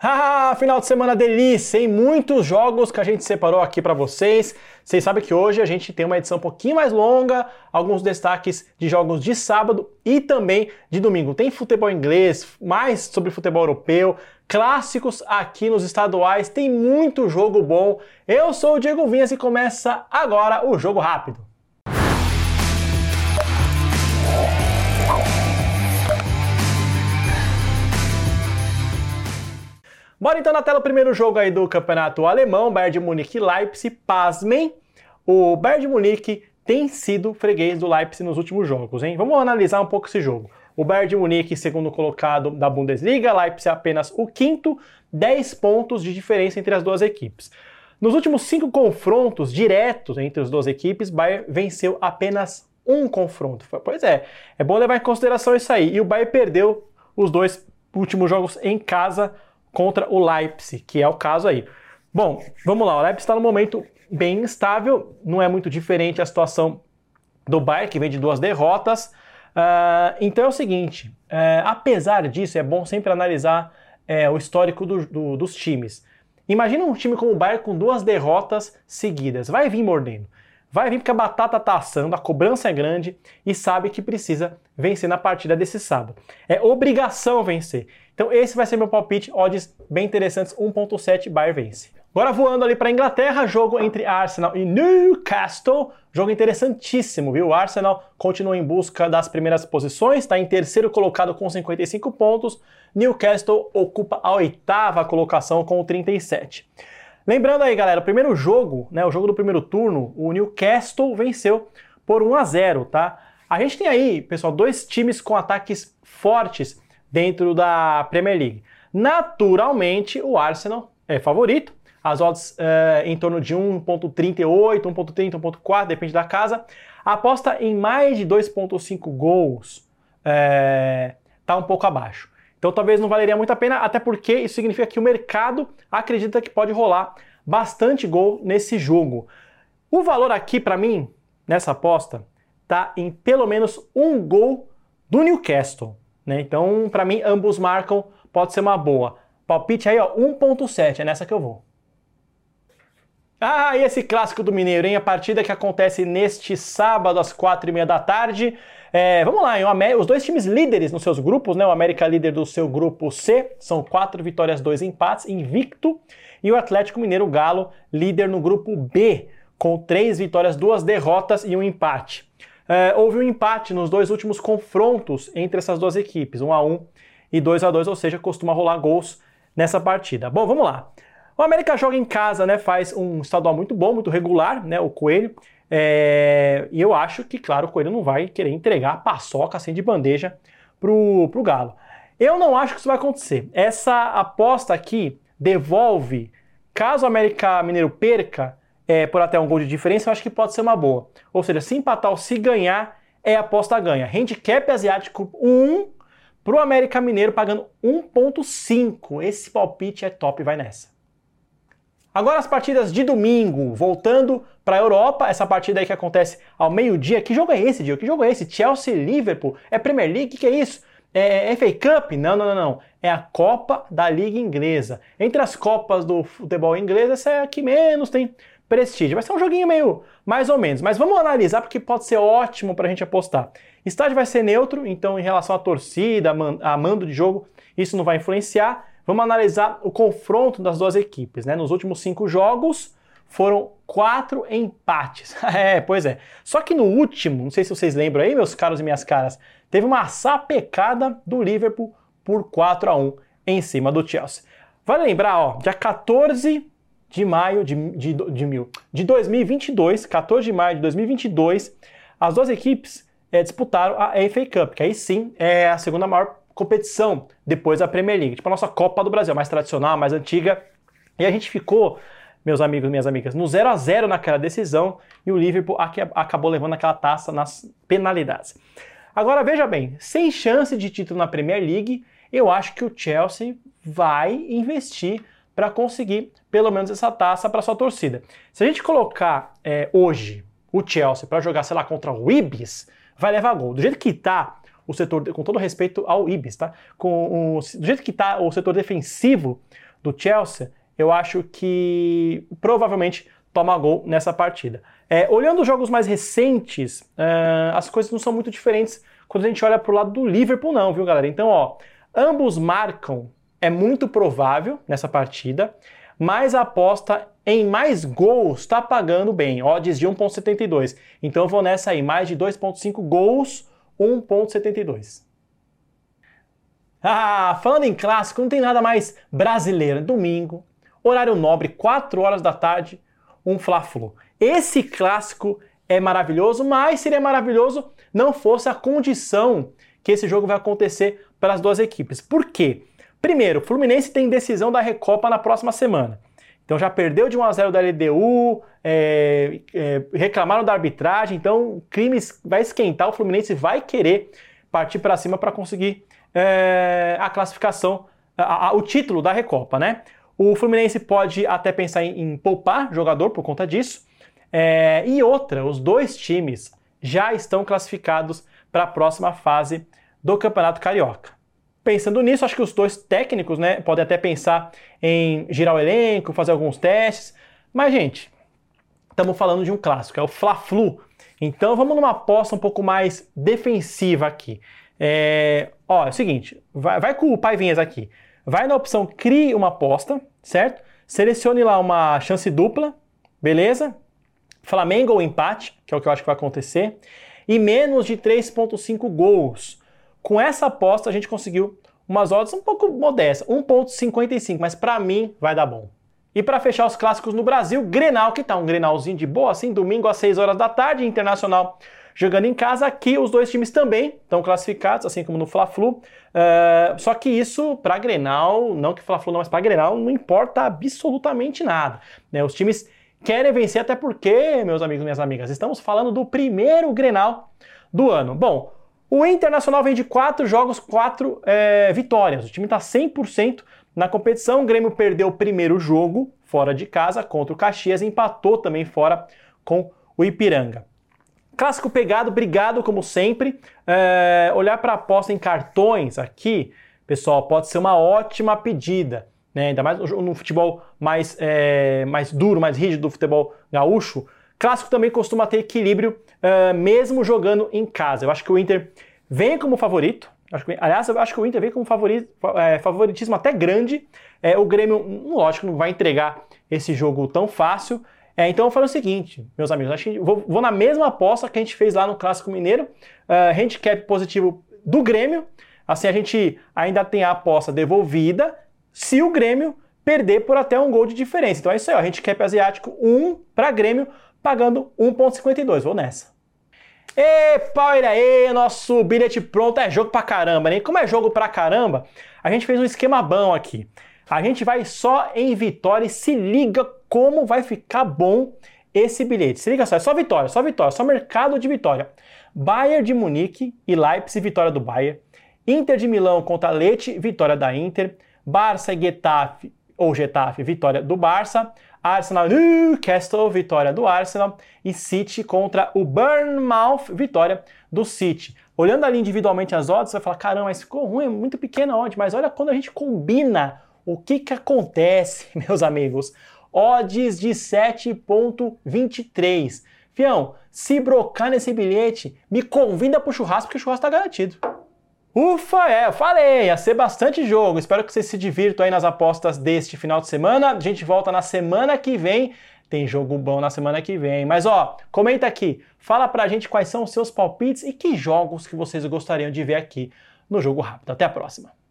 Ah, final de semana delícia, hein? Muitos jogos que a gente separou aqui para vocês. Vocês sabem que hoje a gente tem uma edição um pouquinho mais longa, alguns destaques de jogos de sábado e também de domingo. Tem futebol inglês, mais sobre futebol europeu, clássicos aqui nos estaduais, tem muito jogo bom. Eu sou o Diego Vinhas e começa agora o Jogo Rápido. Bora então na tela o primeiro jogo aí do campeonato alemão, Bayern de Munique e Leipzig. Pasmem, o Bayern de Munique tem sido freguês do Leipzig nos últimos jogos, hein? Vamos analisar um pouco esse jogo. O Bayern de Munique, segundo colocado da Bundesliga, Leipzig apenas o quinto, 10 pontos de diferença entre as duas equipes. Nos últimos 5 confrontos diretos entre as duas equipes, Bayern venceu apenas um confronto. Pois é bom levar em consideração isso aí. E o Bayern perdeu os 2 últimos jogos em casa contra o Leipzig, que é o caso aí. Bom, vamos lá, o Leipzig está num momento bem instável, não é muito diferente a situação do Bayern, que vem de 2 derrotas. Então é o seguinte, apesar disso, é bom sempre analisar o histórico dos times. Imagina um time como o Bayern com 2 derrotas seguidas, vai vir mordendo. Vai vir porque a batata tá assando, a cobrança é grande e sabe que precisa vencer na partida desse sábado. É obrigação vencer. Então esse vai ser meu palpite, odds bem interessantes, 1.7, Bayern vence. Agora voando ali para a Inglaterra, jogo entre Arsenal e Newcastle, jogo interessantíssimo, viu? O Arsenal continua em busca das primeiras posições, está em terceiro colocado com 55 pontos, Newcastle ocupa a 8ª colocação com 37. Lembrando aí, galera, o primeiro jogo, né, o jogo do primeiro turno, o Newcastle venceu por 1-0, tá? A gente tem aí, pessoal, 2 times com ataques fortes dentro da Premier League. Naturalmente, o Arsenal é favorito, as odds em torno de 1.38, 1.30, 1.4, depende da casa. A aposta em mais de 2.5 gols tá um pouco abaixo. Então talvez não valeria muito a pena, até porque isso significa que o mercado acredita que pode rolar bastante gol nesse jogo. O valor aqui, para mim, nessa aposta, tá em pelo menos 1 gol do Newcastle, né? Então, para mim, ambos marcam, pode ser uma boa. Palpite aí, ó, 1.7, é nessa que eu vou. Ah, e esse clássico do Mineiro, hein? A partida que acontece neste sábado às 4h30 da tarde. Vamos lá, hein? Os 2 times líderes nos seus grupos, né? O América líder do seu grupo C, são 4 vitórias, 2 empates, invicto. E o Atlético Mineiro Galo, líder no grupo B, com 3 vitórias, 2 derrotas e 1 empate. Houve um empate nos 2 últimos confrontos entre essas 2 equipes, 1-1 e 2-2, ou seja, costuma rolar gols nessa partida. Bom, vamos lá. O América joga em casa, né? Faz um estadual muito bom, muito regular, né? O Coelho. E eu acho que, claro, o Coelho não vai querer entregar a paçoca assim de bandeja pro Galo. Eu não acho que isso vai acontecer. Essa aposta aqui devolve, caso o América Mineiro perca por até 1 gol de diferença, eu acho que pode ser uma boa. Ou seja, se empatar ou se ganhar, aposta ganha. Handicap asiático 1 pro América Mineiro pagando 1.5. Esse palpite é top, vai nessa. Agora as partidas de domingo, voltando para a Europa, essa partida aí que acontece ao meio-dia. Que jogo é esse, Diego? Que jogo é esse? Chelsea-Liverpool? É Premier League? O que é isso? É FA Cup? Não. É a Copa da Liga Inglesa. Entre as Copas do futebol inglês, essa é a que menos tem prestígio. Vai ser um joguinho meio mais ou menos. Mas vamos analisar porque pode ser ótimo para a gente apostar. Estádio vai ser neutro, então em relação à torcida, a mando de jogo, isso não vai influenciar. Vamos analisar o confronto das 2 equipes, né? Nos últimos 5 jogos foram 4 empates. Pois é. Só que no último, não sei se vocês lembram aí, meus caros e minhas caras, teve uma sapecada do Liverpool por 4-1 em cima do Chelsea. Vale lembrar, ó, dia 14 de maio de 2022, 14 de maio de 2022, as 2 equipes disputaram a FA Cup, que aí sim é a segunda maior competição depois da Premier League, tipo a nossa Copa do Brasil, mais tradicional, mais antiga, e a gente ficou, meus amigos e minhas amigas, no 0-0 naquela decisão, e o Liverpool acabou levando aquela taça nas penalidades. Agora veja bem, sem chance de título na Premier League, eu acho que o Chelsea vai investir para conseguir pelo menos essa taça para sua torcida. Se a gente colocar hoje o Chelsea para jogar, sei lá, contra o Ibis, vai levar gol. Do jeito que tá o setor, com todo respeito ao Ibis, tá? Do jeito que tá o setor defensivo do Chelsea, eu acho que provavelmente toma gol nessa partida. Olhando os jogos mais recentes, as coisas não são muito diferentes quando a gente olha pro lado do Liverpool não, viu, galera? Então, ó, ambos marcam, é muito provável nessa partida, mas a aposta em mais gols está pagando bem, odds de 1.72. Então eu vou nessa aí, mais de 2.5 gols, 1.72. Falando em clássico, não tem nada mais brasileiro. Domingo, horário nobre, 4 horas da tarde, um Fla-Flu. Esse clássico é maravilhoso, mas seria maravilhoso não fosse a condição que esse jogo vai acontecer para as duas equipes. Por quê? Primeiro, o Fluminense tem decisão da Recopa na próxima semana. Então já perdeu de 1-0 da LDU, reclamaram da arbitragem, então o crime vai esquentar, o Fluminense vai querer partir para cima para conseguir a classificação, o título da Recopa, né? O Fluminense pode até pensar em poupar jogador por conta disso. E outra, os dois times já estão classificados para a próxima fase do Campeonato Carioca. Pensando nisso, acho que os dois técnicos, né, podem até pensar em girar o elenco, fazer alguns testes. Mas, gente, estamos falando de um clássico, é o Fla-Flu. Então vamos numa aposta um pouco mais defensiva aqui. É o seguinte, vai com o Paivinhas aqui. Vai na opção crie uma aposta, certo? Selecione lá uma chance dupla, beleza? Flamengo ou empate, que é o que eu acho que vai acontecer. E menos de 3.5 gols. Com essa aposta a gente conseguiu umas odds um pouco modestas, 1.55, mas para mim vai dar bom. E para fechar os clássicos no Brasil, Grenal, que tá um Grenalzinho de boa, assim, domingo às 6 horas da tarde, Internacional jogando em casa. Aqui os dois times também estão classificados, assim como no Fla-Flu. Só que isso para Grenal, não que Fla-Flu não, mas para Grenal não importa absolutamente nada, né? Os times querem vencer, até porque, meus amigos e minhas amigas, estamos falando do primeiro Grenal do ano. Bom, o Internacional vem de 4 jogos, 4 vitórias. O time está 100% na competição. O Grêmio perdeu o primeiro jogo fora de casa contra o Caxias e empatou também fora com o Ipiranga. Clássico pegado, brigado como sempre. Olhar para a aposta em cartões aqui, pessoal, pode ser uma ótima pedida, né? Ainda mais no futebol mais duro, mais rígido do futebol gaúcho. Clássico também costuma ter equilíbrio, mesmo jogando em casa. Eu acho que o Inter vem como favorito. Aliás, eu acho que o Inter vem como favoritismo até grande. O Grêmio, lógico, não vai entregar esse jogo tão fácil. Então eu falo o seguinte, meus amigos, acho que vou na mesma aposta que a gente fez lá no Clássico Mineiro. Handicap positivo do Grêmio. Assim a gente ainda tem a aposta devolvida se o Grêmio perder por até um gol de diferença. Então é isso aí, handicap asiático 1 para Grêmio, pagando 1.52. Vou nessa. Epa, olha aí, nosso bilhete pronto. É jogo pra caramba, né? E como é jogo pra caramba, a gente fez um esquema bom aqui. A gente vai só em vitória e se liga como vai ficar bom esse bilhete. Se liga só, é só vitória, só mercado de vitória. Bayern de Munique e Leipzig, vitória do Bayern. Inter de Milão contra Lecce, vitória da Inter. Barça e Getafe, vitória do Barça. Arsenal Newcastle, vitória do Arsenal. E City contra o Bournemouth, vitória do City. Olhando ali individualmente as odds, você vai falar, caramba, mas ficou ruim, é muito pequena a odd. Mas olha quando a gente combina o que acontece, meus amigos. Odds de 7.23. Fião, se brocar nesse bilhete, me convida pro churrasco, porque o churrasco tá garantido. Ufa, eu falei, ia ser bastante jogo. Espero que vocês se divirtam aí nas apostas deste final de semana. A gente volta na semana que vem. Tem jogo bom na semana que vem. Mas ó, comenta aqui, fala pra gente quais são os seus palpites e que jogos que vocês gostariam de ver aqui no Jogo Rápido. Até a próxima.